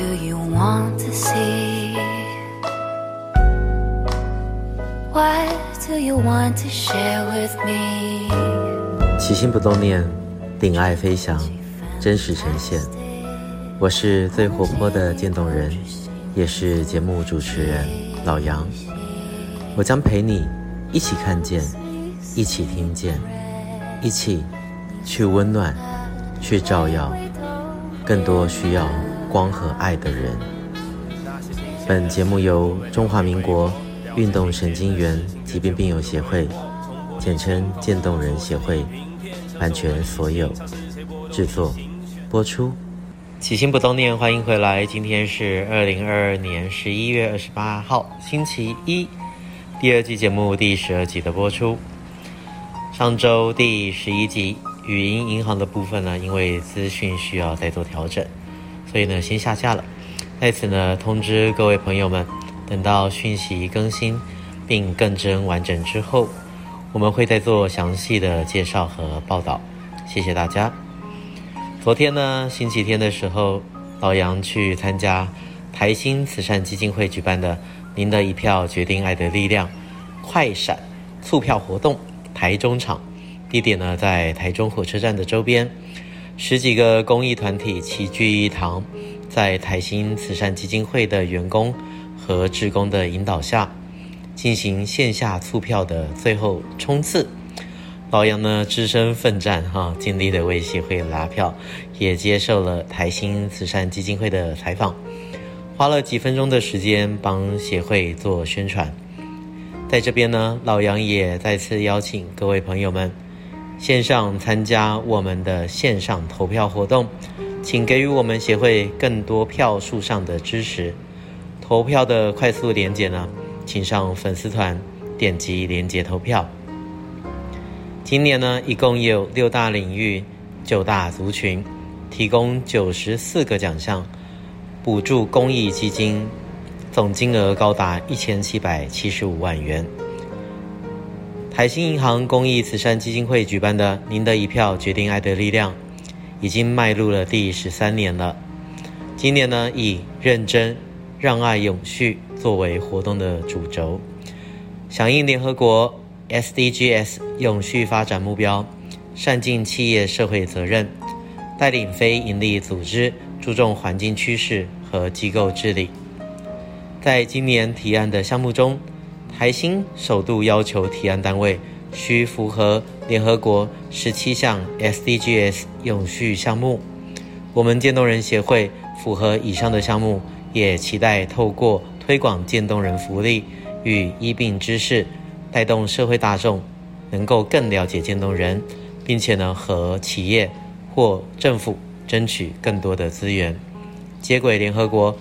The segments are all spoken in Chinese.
do you want to see? What do you want to share with me? 起心不动念，顶爱飞翔，真实呈现。我是最活泼的渐冻人，也是节目主持人老杨。我将陪你一起看见，一起听见，一起去温暖，去照耀更多需要光和爱的人。本节目由中华民国运动神经元疾病病友协会，简称渐冻人协会，版权所有，制作播出。起心不动念，欢迎回来。今天是2022年11月28号，星期一，第二季节目第12集的播出。上周第11集语音银行的部分呢，因为资讯需要再做调整，所以呢先下架了。在此呢通知各位朋友们，等到讯息更新并更正完整之后，我们会再做详细的介绍和报道。谢谢大家。昨天呢，星期天的时候，老杨去参加台新慈善基金会举办的您的一票决定爱的力量快闪促票活动台中场，地点呢在台中火车站的周边，10几个公益团体齐聚一堂，在台新慈善基金会的员工和志工的引导下，进行线下促票的最后冲刺。老杨呢只身奋战尽力的为协会拉票，也接受了台新慈善基金会的采访，花了几分钟的时间帮协会做宣传。在这边呢，老杨也再次邀请各位朋友们线上参加我们的线上投票活动，请给予我们协会更多票数上的支持。投票的快速连结呢，请上粉丝团点击连结投票。今年呢，一共有6大领域、9大族群，提供94个奖项，补助公益基金，总金额高达1775万元。台新银行公益慈善基金会举办的您的一票决定爱的力量，已经迈入了第13年了。今年呢，以认真让爱永续作为活动的主轴，响应联合国 SDGs 永续发展目标，善尽企业社会责任，带领非营利组织注重环境趋势和机构治理。在今年提案的项目中，台新首度要求提案单位需符合联合国17项 SDGs 永续项目。我们渐冻人协会符合以上的项目，也期待透过推广渐冻人福利与医病知识，带动社会大众能够更了解渐冻人，并且呢和企业或政府争取更多的资源，接轨联合国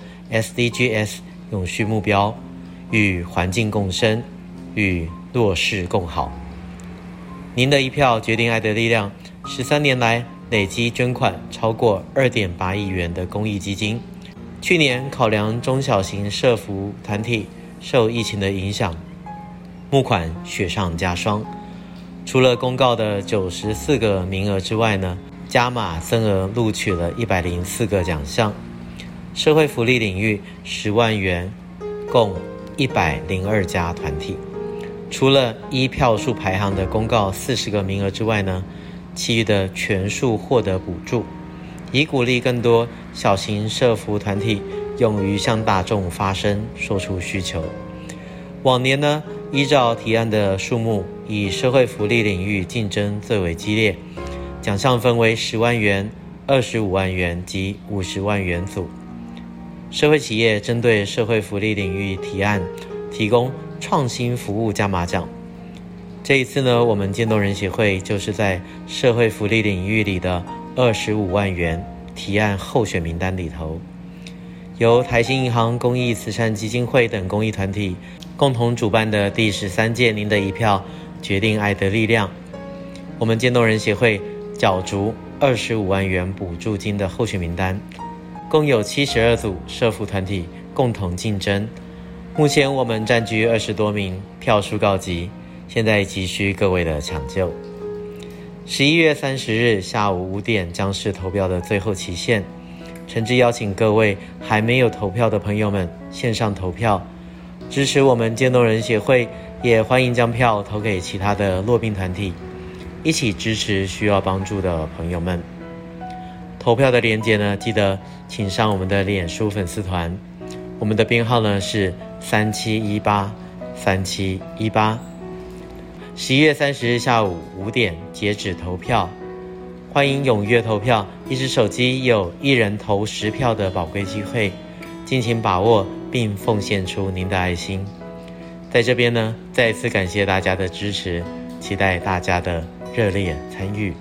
SDGs 永续目标，与环境共生，与弱势共好。您的一票决定爱的力量13年来累积捐款超过 2.8 亿元的公益基金。去年考量中小型社福团体受疫情的影响，募款雪上加霜。除了公告的94个名额之外呢，加码增额录取了104个奖项。社会福利领域10万元，共102家团体。除了依票数排行的公告40个名额之外呢，其余的全数获得补助，以鼓励更多小型社福团体勇于向大众发声，说出需求。往年呢，依照提案的数目，以社会福利领域竞争最为激烈，奖项分为10万元、25万元及50万元组。社会企业针对社会福利领域提案，提供创新服务加码奖。这一次呢，我们渐冻人协会就是在社会福利领域里的25万元提案候选名单里头，由台新银行公益慈善基金会等公益团体共同主办的第13届您的一票决定爱的力量，我们渐冻人协会角逐25万元补助金的候选名单，共有72组社福团体共同竞争。目前我们占据20多名，票数告急，现在急需各位的抢救。11月30日下午5点将是投票的最后期限， 诚挚邀请各位还没有投票的朋友们线上投票，支持我们渐冻人协会，也欢迎将票投给其他的弱病团体，一起支持需要帮助的朋友们。投票的连结呢，记得请上我们的脸书粉丝团，我们的编号呢是37183718。11月30日下午5点截止投票，欢迎踊跃投票，一只手机有1人投10票的宝贵机会，敬请把握并奉献出您的爱心。在这边呢，再一次感谢大家的支持，期待大家的热烈参与。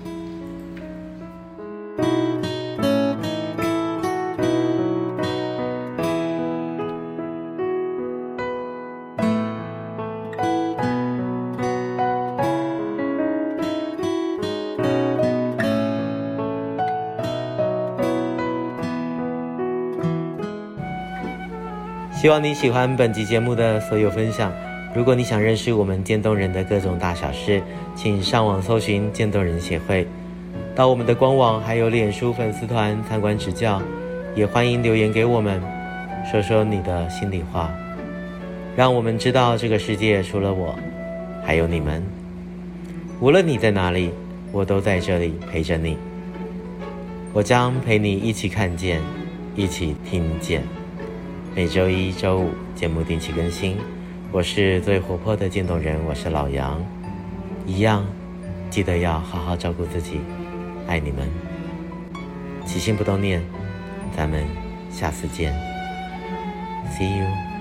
希望你喜欢本集节目的所有分享。如果你想认识我们渐冻人的各种大小事，请上网搜寻渐冻人协会，到我们的官网还有脸书粉丝团参观指教，也欢迎留言给我们，说说你的心里话，让我们知道这个世界除了我，还有你们。无论你在哪里，我都在这里陪着你。我将陪你一起看见，一起听见。每周一、周五节目定期更新，我是最活泼的渐冻人，我是老杨。一样，记得要好好照顾自己，爱你们。起心不动念，咱们下次见 ，See you。